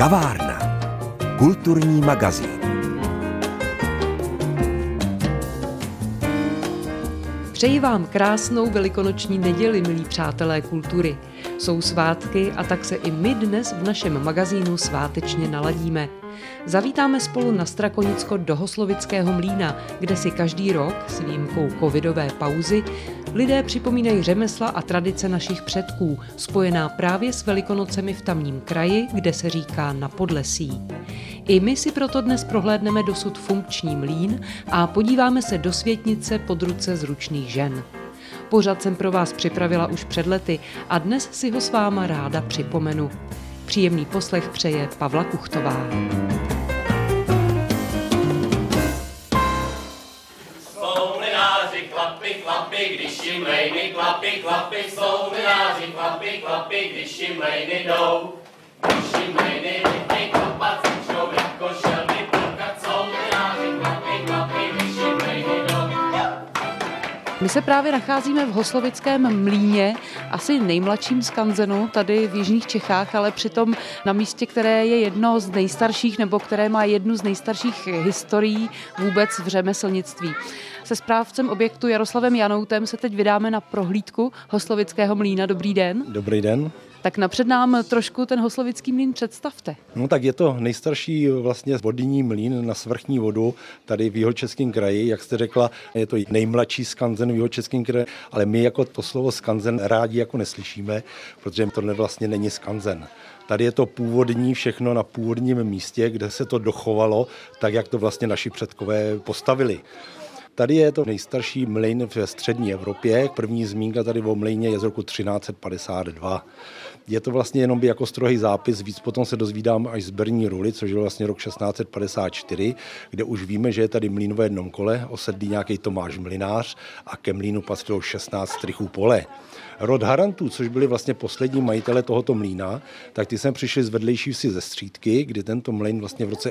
Kavárna. Kulturní magazín. Přeji vám krásnou velikonoční neděli, milí přátelé kultury. Jsou svátky a tak se i my dnes v našem magazínu svátečně naladíme. Zavítáme spolu na Strakonicko do Hoslovického mlýna, kde si každý rok, s výjimkou covidové pauzy, lidé připomínají řemesla a tradice našich předků, spojená právě s Velikonocemi v tamním kraji, kde se říká Na Podlesí. I my si proto dnes prohlédneme dosud funkční mlýn a podíváme se do světnice pod ruce zručných žen. Pořad jsem pro vás připravila už před lety a dnes si ho s váma ráda připomenu. Příjemný poslech přeje Pavla Kuchtová. Jsou mlynáři klapy, klapy, když jim mlejny klapy, klapy, jsou mlynáři klapy, klapy, když jim mlejny jdou. Když jim mlejny nechtěj klapat, začnou jako želvy plkat, jsou mlynáři klapy, klapy, když jim mlejny jdou. My se právě nacházíme v Hoslovickém mlýně, asi nejmladším skanzenu tady v jižních Čechách, ale přitom na místě, které je jedno z nejstarších nebo které má jednu z nejstarších historií vůbec v řemeslnictví. Se správcem objektu Jaroslavem Janoutem se teď vydáme na prohlídku Hoslovického mlýna. Dobrý den. Dobrý den. Tak napřed nám trošku ten Hoslovický mlýn představte. No tak je to nejstarší vlastně vodní mlýn na svrchní vodu tady v Jihočeském kraji. Jak jste řekla, je to nejmladší skanzen v Jihočeském kraji, ale my jako to slovo skanzen rádi jako neslyšíme, protože tohle vlastně není skanzen. Tady je to původní, všechno na původním místě, kde se to dochovalo, tak jak to vlastně naši předkové postavili. Tady je to nejstarší mlýn v střední Evropě. První zmínka tady o mlýně je z roku 1352. Je to vlastně jenom jako strohý zápis, víc potom se dozvídáme až z Berní Ruly, což je vlastně rok 1654, kde už víme, že je tady mlýn v jednom kole, osedlý nějaký Tomáš Mlynář a ke mlýnu patřilo 16 strychů pole. Rod Harantů, což byli vlastně poslední majitele tohoto mlýna, tak ty sem přišli z vedlejší vsi ze Střídky, kdy tento mlýn vlastně v roce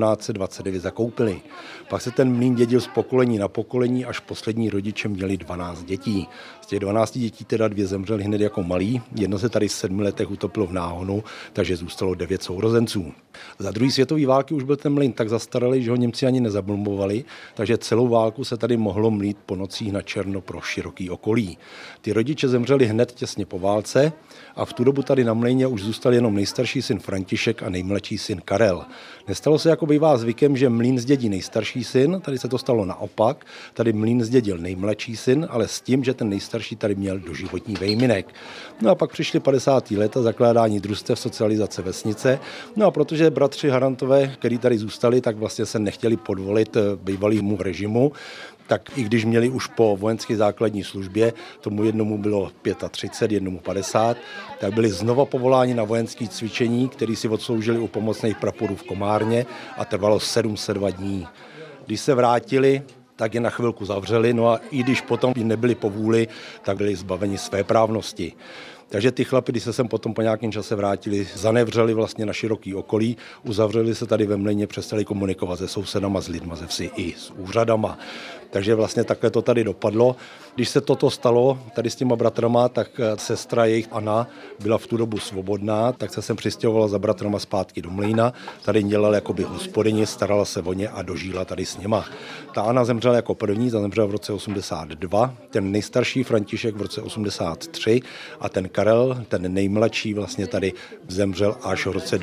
1829 zakoupili. Pak se ten mlýn dědil z pokolení na pokolení, až poslední rodiče měli 12 dětí. Z těch 12 dětí teda 2 zemřeli hned jako malí, jedno se tady v 7 letech utopilo v náhonu, takže zůstalo 9 sourozenců. Za druhé světové války už byl ten mlýn tak zastaralý, že ho Němci ani nezabomбovali, takže celou válku se tady mohlo mlít po nocích na černo pro široký okolí. Ty rodiče zemřeli hned těsně po válce a v tu dobu tady na mlýně už zůstal jenom nejstarší syn František a nejmladší syn Karel. Nestalo se, jako bývá zvykem, že mlýn zdědí nejstarší syn, tady se to stalo naopak, tady mlýn zdědil nejmladší syn, ale s tím, že ten nejstarší tady měl doživotní vejminek. No a pak přišly 50. léta, zakládání družstev, socializace vesnice, no a protože bratři Harantové, kteří tady zůstali, tak vlastně se nechtěli podvolit bývalému režimu, tak i když měli už po vojenské základní službě, tomu jednomu bylo 35, jednomu 50, tak byli znova povoláni na vojenské cvičení, které si odsloužili u pomocných praporů v Komárně a trvalo 702 dní. Když se vrátili, tak je na chvilku zavřeli, no a i když potom nebyli po vůli, tak byli zbaveni svéprávnosti. Takže ty chlapi, když se sem potom po nějakém čase vrátili, zanevřeli vlastně na široký okolí, uzavřeli se tady ve mlýně, přestali komunikovat se sousedama, s lidma ze vsi i s úřadama. Takže vlastně takhle to tady dopadlo. Když se toto stalo tady s těma bratrama, tak sestra jejich Anna byla v tu dobu svobodná, tak se sem přistěhovala za bratrama zpátky do mlýna. Tady dělala jakoby hospodyni, starala se o ně a dožila tady s něma. Ta Anna zemřela jako první, zemřela v roce 82, ten nejstarší František v roce 83 a ten Karel, ten nejmladší, vlastně tady zemřel až v roce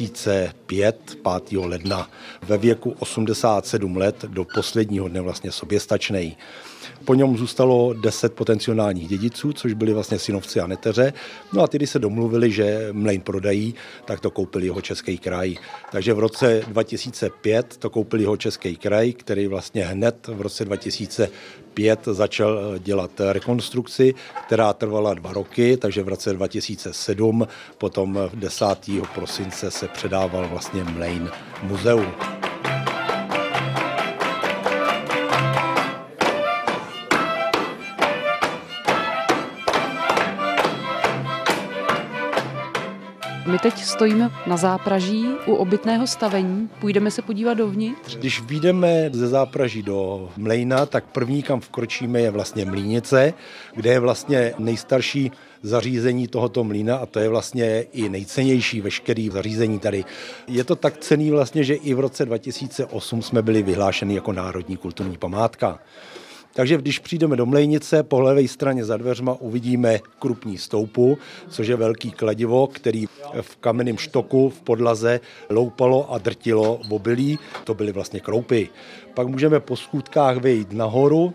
2005, 5. ledna. Ve věku 87 let do posledního dne vlastně soběstačnej. Po něm zůstalo 10 potenciálních dědiců, což byli vlastně synovci a neteře. No a ty, když se domluvili, že mlýn prodají, tak to koupil Jihočeský kraj. Takže v roce 2005 to koupil Jihočeský kraj, který vlastně hned v roce 2005 začal dělat rekonstrukci, která trvala 2 roky, takže v roce 2007 potom 10. prosince se předával vlastně mlýn muzeu. My teď stojíme na zápraží u obytného stavení. Půjdeme se podívat dovnitř. Když vyjdeme ze zápraží do mlejna, tak první, kam vkročíme, je vlastně mlýnice, kde je vlastně nejstarší zařízení tohoto mlýna a to je vlastně i nejcennější veškerý zařízení tady. Je to tak cenný vlastně, že i v roce 2008 jsme byli vyhlášeni jako národní kulturní památka. Takže když přijdeme do mlejnice, po levé straně za dveřma uvidíme krupní stoupu, což je velký kladivo, který v kamenném štoku v podlaze loupalo a drtilo obilí. To byly vlastně kroupy. Pak můžeme po schůdkách vyjít nahoru.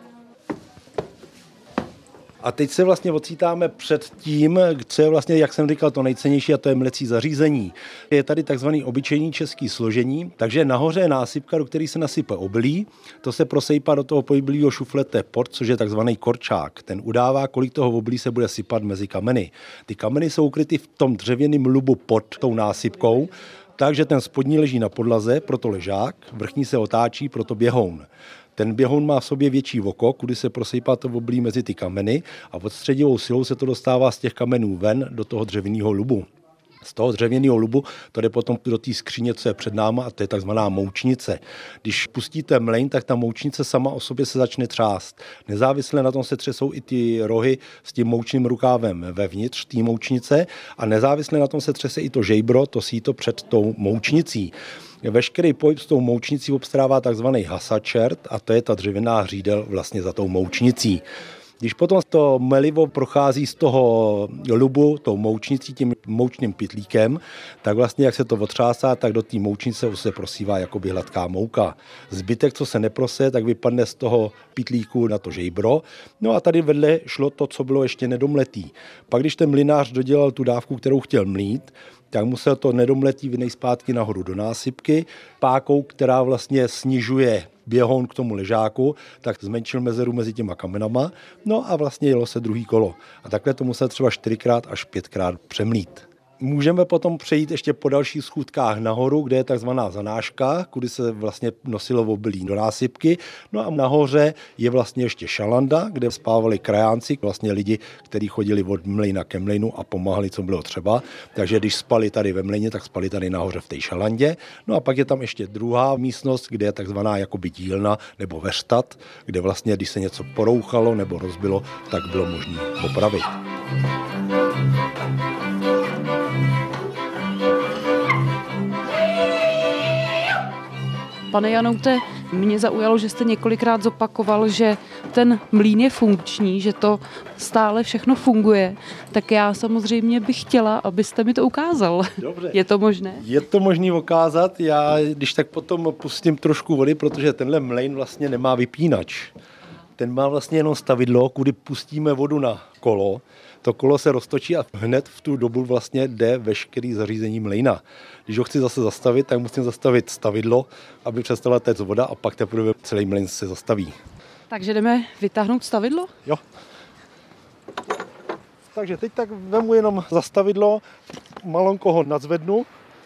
A teď se vlastně ocitáme před tím, co je vlastně, jak jsem říkal, to nejcennější, a to je mlecí zařízení. Je tady takzvaný obyčejný český složení, takže nahoře je násypka, do které se nasype obilí, to se prosejpá do toho pohyblivého šuflete pod, což je takzvaný korčák. Ten udává, kolik toho obilí se bude sypat mezi kameny. Ty kameny jsou ukryty v tom dřevěném lubu pod tou násypkou, takže ten spodní leží na podlaze, proto ležák, vrchní se otáčí, proto běhoun. Ten běhoun má v sobě větší oko, kudy se prosejpá to obilí mezi ty kameny a pod středivou silou se to dostává z těch kamenů ven do toho dřevěného lubu. Z toho dřevěného lubu to jde potom do té skříně, co je před náma, a to je takzvaná moučnice. Když pustíte mlejn, tak ta moučnice sama o sobě se začne třást. Nezávisle na tom se třesou i ty rohy s tím moučným rukávem vevnitř té moučnice a nezávisle na tom se třese i to žejbro, to síto před tou moučnicí. Veškerý pohyb s tou moučnicí obstarává takzvaný hasačert a to je ta dřevěná hřídel vlastně za tou moučnicí. Když potom to melivo prochází z toho lubu, tou moučnicí, tím moučným pytlíkem, tak vlastně jak se to otřásá, tak do té moučnice se prosívá jakoby hladká mouka. Zbytek, co se neprose, tak vypadne z toho pytlíku na to žejbro. No a tady vedle šlo to, co bylo ještě nedomletý. Pak když ten mlynář dodělal tu dávku, kterou chtěl mlít, tak musel to nedomletí vynej zpátky nahoru do násypky. Pákou, která vlastně snižuje běhoun k tomu ležáku, tak zmenšil mezeru mezi těma kamenama, no a vlastně jelo se druhý kolo. A takhle to musel třeba 4x až 5x přemlít. Můžeme potom přejít ještě po dalších schůdkách nahoru, kde je takzvaná zanáška, kudy se vlastně nosilo obilí do násypky. No a nahoře je vlastně ještě šalanda, kde spávali krajánci, vlastně lidi, kteří chodili od mlejna ke mlejnu a pomáhali, co bylo třeba. Takže když spali tady ve mlejně, tak spali tady nahoře v té šalandě. No a pak je tam ještě druhá místnost, kde je takzvaná jakoby dílna nebo verštat, kde vlastně, když se něco porouchalo nebo rozbilo, tak bylo možné opravit. Pane Janoute, mě zaujalo, že jste několikrát zopakoval, že ten mlýn je funkční, že to stále všechno funguje. Tak já samozřejmě bych chtěla, abyste mi to ukázal. Dobře. Je to možné? Je to možné ukázat. Já když tak potom pustím trošku vody, protože tenhle mlejn vlastně nemá vypínač. Ten má vlastně jenom stavidlo, kudy pustíme vodu na kolo. To kolo se roztočí a hned v tu dobu vlastně jde veškerý zařízení mlejna. Když ho chci zase zastavit, tak musím zastavit stavidlo, aby přestala téct voda a pak teprve celý mlejn se zastaví. Takže jdeme vytáhnout stavidlo? Jo. Takže teď tak vemu jenom zastavidlo, malonko ho nadzvednu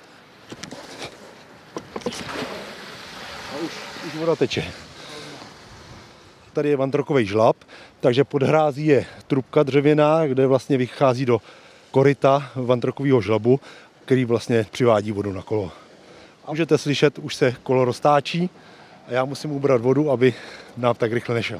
a už voda teče. Tady je vantrokový žlab, takže pod hrází je trubka dřevěná, kde vlastně vychází do koryta vantrokového žlabu, který vlastně přivádí vodu na kolo. A můžete slyšet, už se kolo roztáčí a já musím ubrat vodu, aby nám tak rychle nešel.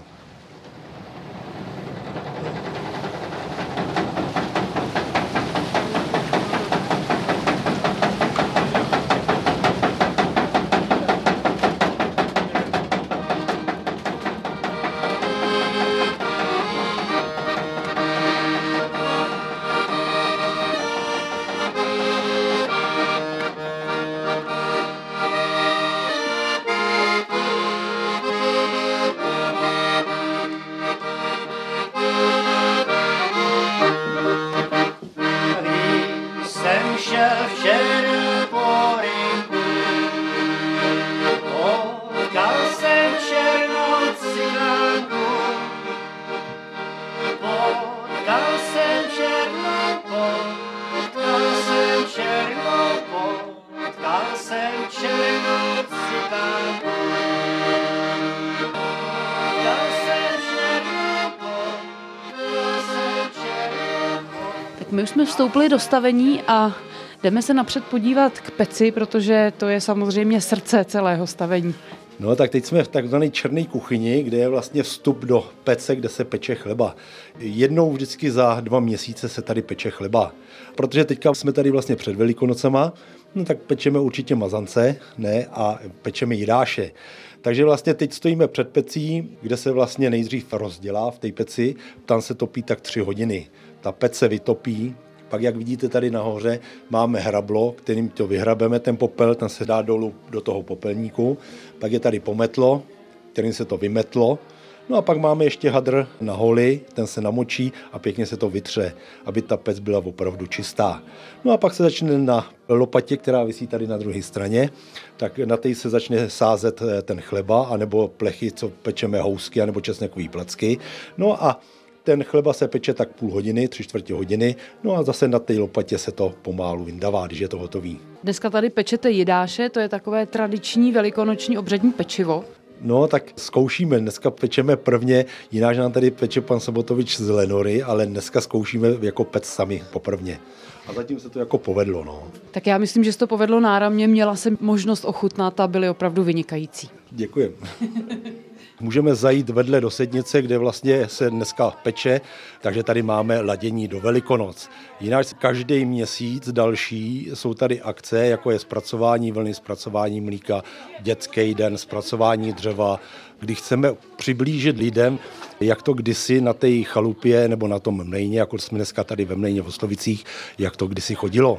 My už jsme vstoupili do stavení a Jdeme se napřed podívat k peci, protože to je samozřejmě srdce celého stavení. No tak teď jsme v takzvané černé kuchyni, kde je vlastně vstup do pece, kde se peče chleba. Jednou vždycky za 2 měsíce se tady peče chleba. Protože teďka jsme tady vlastně před Velikonocema, no tak pečeme určitě mazance, ne, a pečeme jidáše. Takže vlastně teď stojíme před pecí, kde se vlastně nejdřív rozdělá v té peci, tam se topí tak 3 hodiny. Ta pec se vytopí, pak jak vidíte tady nahoře máme hrablo, kterým to vyhrabeme ten popel, ten se dá dolů do toho popelníku, pak je tady pometlo, kterým se to vymetlo, no a pak máme ještě hadr na holi, ten se namočí a pěkně se to vytře, aby ta pec byla opravdu čistá. No a pak se začne na lopatě, která visí tady na druhé straně, tak na té se začne sázet ten chleba, anebo plechy, co pečeme housky, anebo česnekový placky. No a ten chleba se peče tak půl hodiny, 3/4 hodiny, no a zase na té lopatě se to pomálu vyndává, když je to hotový. Dneska tady pečete jidáše, to je takové tradiční velikonoční obřadní pečivo. No, tak zkoušíme. Dneska pečeme prvně, jináž nám tady peče pan Sobotovič z Lenory, ale dneska zkoušíme jako pec sami poprvně. A zatím se to jako povedlo, no. Tak já myslím, že se to povedlo náramně, měla jsem možnost ochutnat a byly opravdu vynikající. Děkujem. Můžeme zajít vedle do Sednice, kde vlastně se dneska peče, takže tady máme ladění do Velikonoc. Jinak každý měsíc další jsou tady akce, jako je zpracování vlny, zpracování mlíka, dětský den, zpracování dřeva, kdy chceme přiblížit lidem, jak to kdysi na té chalupě nebo na tom mlejně, jako jsme dneska tady ve Mlejně v Oslovicích, jak to kdysi chodilo.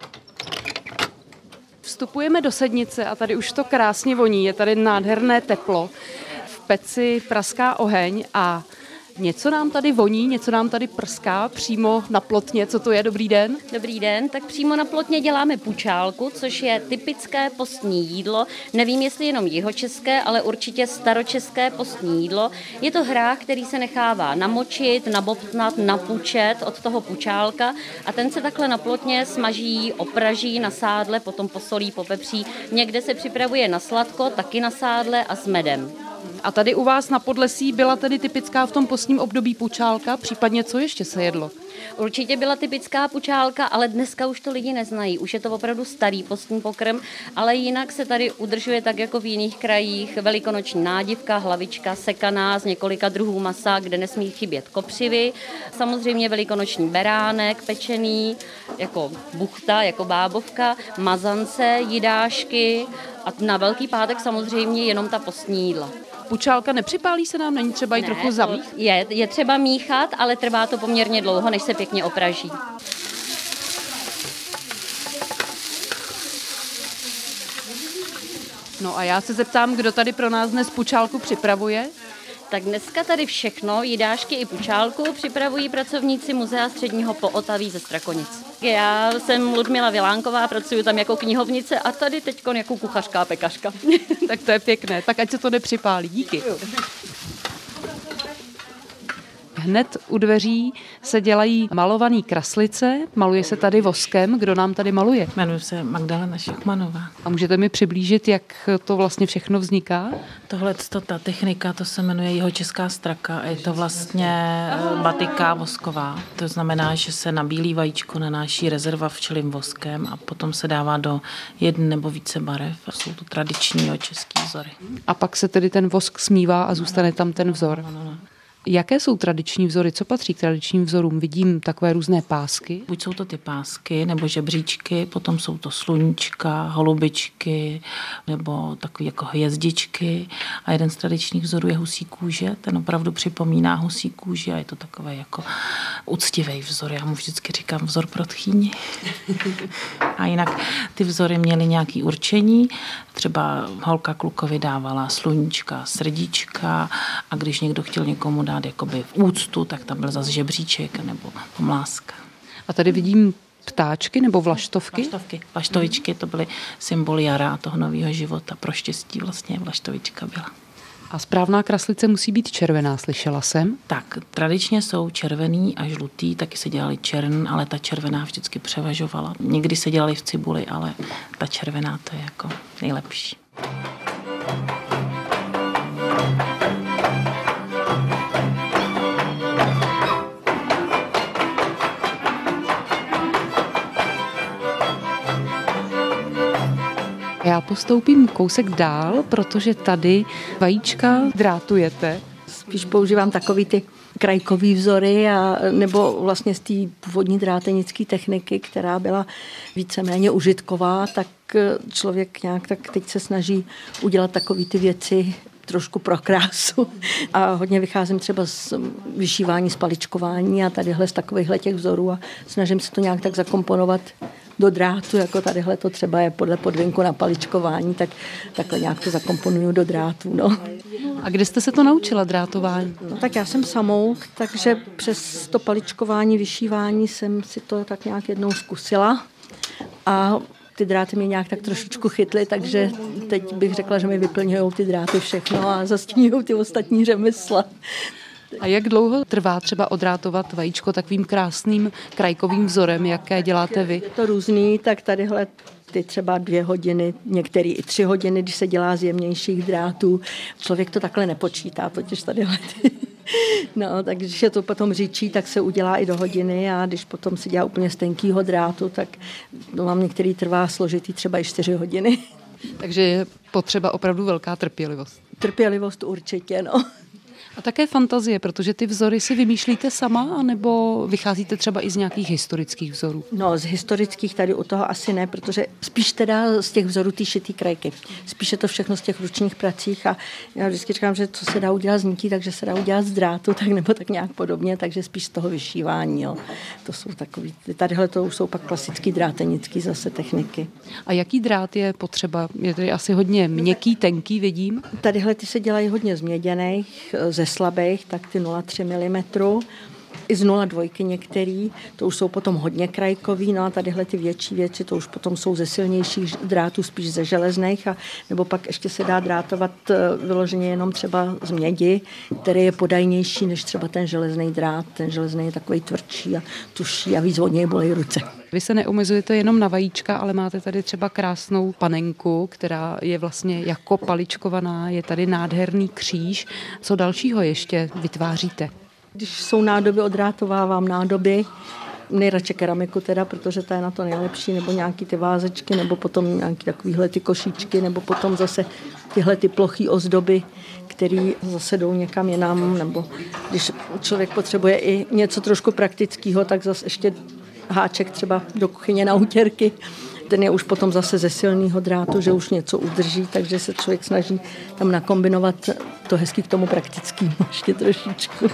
Vstupujeme do Sednice a tady už to krásně voní, je tady nádherné teplo. V peci praská oheň a něco nám tady voní, něco nám tady prská přímo na plotně. Co to je? Dobrý den. Dobrý den, tak přímo na plotně děláme pučálku, což je typické postní jídlo. Nevím, jestli jenom jihočeské, ale určitě staročeské postní jídlo. Je to hrách, který se nechává namočit, nabobtnat, napučet od toho pučálka a ten se takhle na plotně smaží, opraží na sádle, potom posolí, popepří. Někde se připravuje na sladko, taky na sádle a s medem. A tady u vás na Podlesí byla tedy typická v tom postním období pučálka, případně co ještě se jedlo? Určitě byla typická pučálka, ale dneska už to lidi neznají. Už je to opravdu starý postní pokrm, ale jinak se tady udržuje tak jako v jiných krajích velikonoční nádivka, hlavička sekaná z několika druhů masa, kde nesmí chybět kopřivy. Samozřejmě velikonoční beránek pečený, jako buchta, jako bábovka, mazance, jidášky a na Velký pátek samozřejmě jenom ta postní jídla. Pučálka nepřipálí se nám, není třeba ji trochu zamíchat? Je třeba míchat, ale trvá to poměrně dlouho, než se pěkně opraží. No a já se zeptám, kdo tady pro nás dnes pučálku připravuje? Tak dneska tady všechno, jidášky i pučálku, připravují pracovníci Muzea středního Pootaví ze Strakonic. Já jsem Ludmila Vilánková, pracuji tam jako knihovnice a tady teďko jako kuchařka a pekařka. Tak to je pěkné, tak ať se to nepřipálí. Díky. Hned u dveří se dělají malované kraslice, maluje se tady voskem. Kdo nám tady maluje? Jmenuji se Magdalena Šachmanová. A můžete mi přiblížit, jak to vlastně všechno vzniká? Ta technika, to se jmenuje jihočeská straka a je to vlastně batika vosková. To znamená, že se na bílý vajíčko nanáší rezerva včelím voskem a potom se dává do 1 nebo více barev. Jsou to tradiční jihočeský vzory. A pak se tedy ten vosk smívá a zůstane tam ten vzor. Ano. Jaké jsou tradiční vzory? Co patří k tradičním vzorům? Vidím takové různé pásky. Buď jsou to ty pásky, nebo žebříčky, potom jsou to sluníčka, holubičky, nebo takové jako hvězdičky. A jeden z tradičních vzorů je husí kůže. Ten opravdu připomíná husí kůži a je to takové jako úctivý vzor. Já mu vždycky říkám vzor pro tchýni. A jinak ty vzory měly nějaké určení. Třeba holka klukovi dávala sluníčka, srdíčka a když někdo chtěl někomu dát jakoby v úctu, tak tam byl zase žebříček nebo pomláska. A tady vidím ptáčky nebo vlaštovky? Vlaštovičky, to byly symboly jara a toho nového života. Pro štěstí vlastně vlaštovička byla. A správná kraslice musí být červená, slyšela jsem? Tak, tradičně jsou červený a žlutý, taky se dělali čern, ale ta červená vždycky převažovala. Někdy se dělali v cibuli, ale ta červená to je jako nejlepší. Já postoupím kousek dál, protože tady vajíčka drátujete. Spíš používám takový ty krajkový vzory nebo vlastně z té původní drátenické techniky, která byla víceméně užitková, tak člověk nějak tak teď se snaží udělat takové ty věci trošku pro krásu. A hodně vycházím třeba z vyšívání, z paličkování a tadyhle z takovýchhle těch vzorů a snažím se to nějak tak zakomponovat do drátu, jako tadyhle to třeba je podle podvinku na paličkování, tak takhle nějak to zakomponuju do drátu. No. A kde jste se to naučila drátování? No, tak já jsem samouk, takže přes to paličkování, vyšívání jsem si to tak nějak jednou zkusila a ty dráty mě nějak tak trošičku chytly, takže teď bych řekla, že mi vyplňují ty dráty všechno a zastíňují ty ostatní řemesla. A jak dlouho trvá třeba odrátovat vajíčko takovým krásným krajkovým vzorem, jaké děláte vy? Je to různý, tak tadyhle ty třeba 2 hodiny, některý i 3 hodiny, když se dělá z jemnějších drátů. Člověk to takhle nepočítá, totiž tadyhle ty. No, tak když je to potom říčí, tak se udělá i do hodiny a když potom se dělá úplně z tenkýho drátu, tak mám některý trvá složitý třeba i 4 hodiny. Takže je potřeba opravdu velká trpělivost. Trpělivost určitě, no. A také fantazie, protože ty vzory si vymýšlíte sama, anebo vycházíte třeba i z nějakých historických vzorů? No, z historických tady u toho asi ne, protože spíš teda z těch vzorů ty šitý krajky. Spíš je to všechno z těch ručních pracích a já vždycky říkám, že co se dá udělat z nití, takže se dá udělat z drátu, tak nebo tak nějak podobně, takže spíš z toho vyšívání. Jo. To jsou takový, tadyhle to už jsou pak klasický drátenický zase techniky. A jaký drát je potřeba? Je tady asi hodně měkký, tenký, vidím. Tadyhle ty se dělají hodně z měděných, ze slabých, tak ty 0,3 mm. I z 0,2 některý, to už jsou potom hodně krajkový, no a tadyhle ty větší věci, to už potom jsou ze silnějších drátů, spíš ze železných, a nebo pak ještě se dá drátovat vyloženě jenom třeba z mědi, který je podajnější než třeba ten železný drát. Ten železný je takový tvrdší a tuší a víc od něj bolí ruce. Vy se neomezujete jenom na vajíčka, ale máte tady třeba krásnou panenku, která je vlastně jako paličkovaná, je tady nádherný kříž. Co dalšího ještě vytváříte? Když jsou nádoby, odrátovávám nádoby, nejradši keramiku teda, protože ta je na to nejlepší, nebo nějaký ty vázečky, nebo potom nějaký takovýhle ty košíčky, nebo potom zase tyhle ty plochý ozdoby, který zase jdou někam jinam, nebo když člověk potřebuje i něco trošku praktického, tak zase ještě háček třeba do kuchyně na utěrky. Ten je už potom zase ze silného drátu, že už něco udrží, takže se člověk snaží tam nakombinovat to hezky k tomu praktickému ještě trošičku.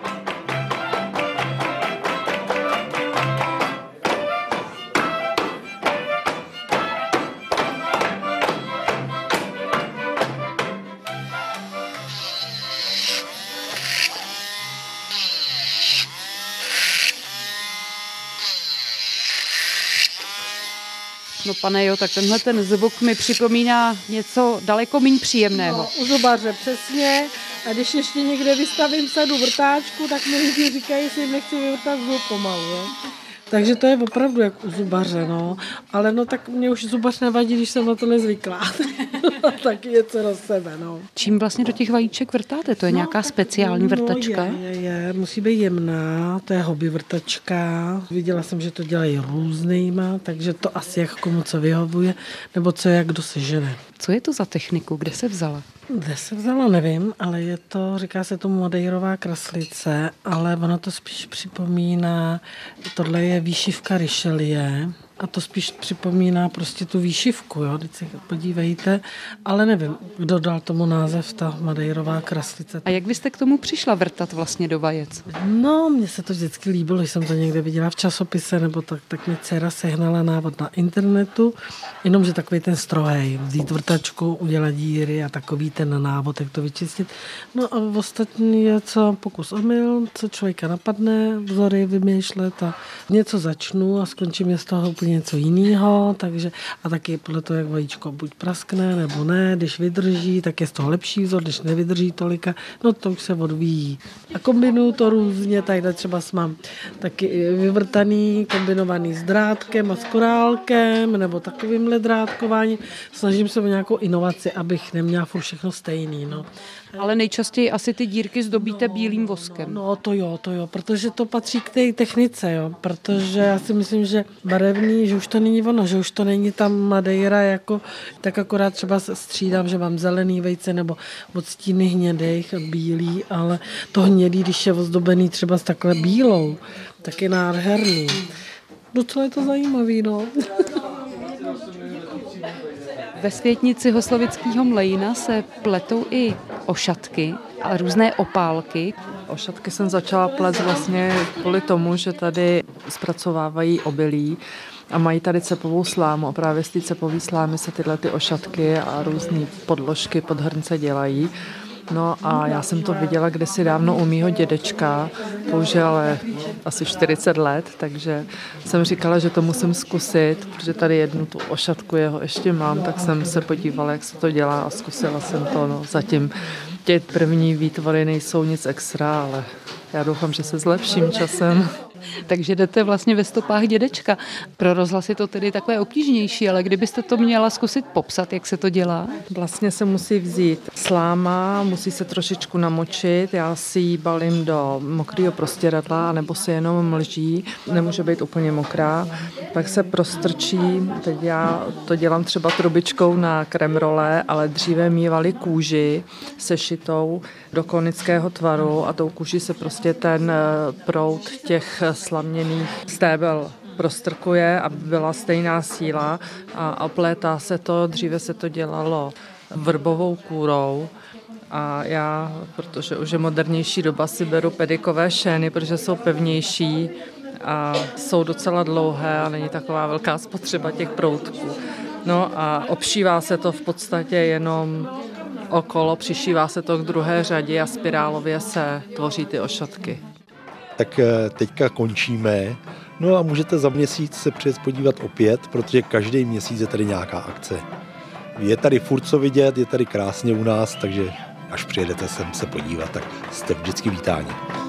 No pane jo, tak tenhle ten zvuk mi připomíná něco daleko méně příjemného. No, u zubaře, přesně. A když ještě někde vystavím sadu vrtáčku, tak mi lidi říkají, jestli jim nechci vyvrtat zub pomalu. Jo? Takže to je opravdu jak u zubaře, no. Ale no tak mě už zubař nevadí, když jsem na to nezvyklá. Tak je co do sebe, no. Čím vlastně do těch vajíček vrtáte? To je nějaká speciální vrtačka? Je. Musí být jemná, to je hobby vrtačka. Viděla jsem, že to dělají různýma, takže to asi jak komu co vyhovuje, nebo co jak kdo sežene. Co je to za techniku? Kde se vzala? Kde se vzala, nevím, ale je to, říká se tomu Madeirová kraslice, ale ono to spíš připomíná, tohle je výšivka Richelieu a to spíš připomíná prostě tu výšivku, jo, když se podívejte, ale nevím, kdo dal tomu název ta Madeirová kraslice. A jak byste k tomu přišla vrtat vlastně do vajec? No, mně se to vždycky líbilo, když jsem to někde viděla v časopise, nebo tak mi dcera sehnala návod na internetu, jenomže takový ten strohej, vzít vrtačku, udělat díry a takový ten návod, jak to vyčistit. No a ostatní je co pokus omyl, co člověka napadne, vzory vymýšlet a něco začnu a skončím je z toho úplně něco jiného, takže a taky podle toho, jak vajíčko buď praskne nebo ne, když vydrží, tak je z toho lepší vzor, když nevydrží tolika, no to už se odvíjí. A kombinuju to různě, takhle třeba mám taky vyvrtaný, kombinovaný s drátkem a s korálkem, nebo takovýmhle drátkováním. Snažím se o nějakou inovaci, abych neměla furt všechno stejný, no. Ale nejčastěji asi ty dírky zdobíte bílým voskem. No to jo, protože to patří k té technice, jo, protože já si myslím, že barevný, že už to není ono, že už to není tam Madeira jako, tak akorát třeba střídám, že mám zelený vejce nebo odstíny hnědých, bílý, ale to hnědý, když je ozdobený třeba s takhle bílou, tak je nádherný. Docela je to zajímavý, no. Ve Světnici Hoslavického mlejna se pletou i ošatky a různé opálky. Ošatky jsem začala plést vlastně kvůli tomu, že tady zpracovávají obilí a mají tady cepovou slámu a právě z té cepové slámy se tyhle ty ošatky a různé podložky pod hrnce dělají. No a já jsem to viděla kdysi dávno u mýho dědečka, použil ale asi 40 let, takže jsem říkala, že to musím zkusit, protože tady jednu tu ošatku jeho ještě mám, tak jsem se podívala, jak se to dělá a zkusila jsem to. No, zatím ty první výtvory nejsou nic extra, ale já doufám, že se zlepším časem. Takže jdete vlastně ve stopách dědečka. Pro rozhlas je to tedy takové obtížnější, ale kdybyste to měla zkusit popsat, jak se to dělá? Vlastně se musí vzít sláma, musí se trošičku namočit, já si ji balím do mokrého prostěradla, anebo si jenom mlží, nemůže být úplně mokrá, pak se prostrčí, teď já to dělám třeba trubičkou na kremrole, ale dříve mívali kůži sešitou do konického tvaru a tou kůži se prostě ten proud těch slaměných stébel prostrkuje, aby byla stejná síla a oplétá se to, dříve se to dělalo vrbovou kůrou a já, protože už je modernější doba, si beru pedikové šény, protože jsou pevnější a jsou docela dlouhé a není taková velká spotřeba těch proutků. No a obšívá se to v podstatě jenom okolo, přišívá se to k druhé řadě a spirálově se tvoří ty ošatky. Tak teďka končíme. No a můžete za měsíc se přijet podívat opět, protože každý měsíc je tady nějaká akce. Je tady furt co vidět, je tady krásně u nás, takže až přijedete sem se podívat, tak jste vždycky vítáni.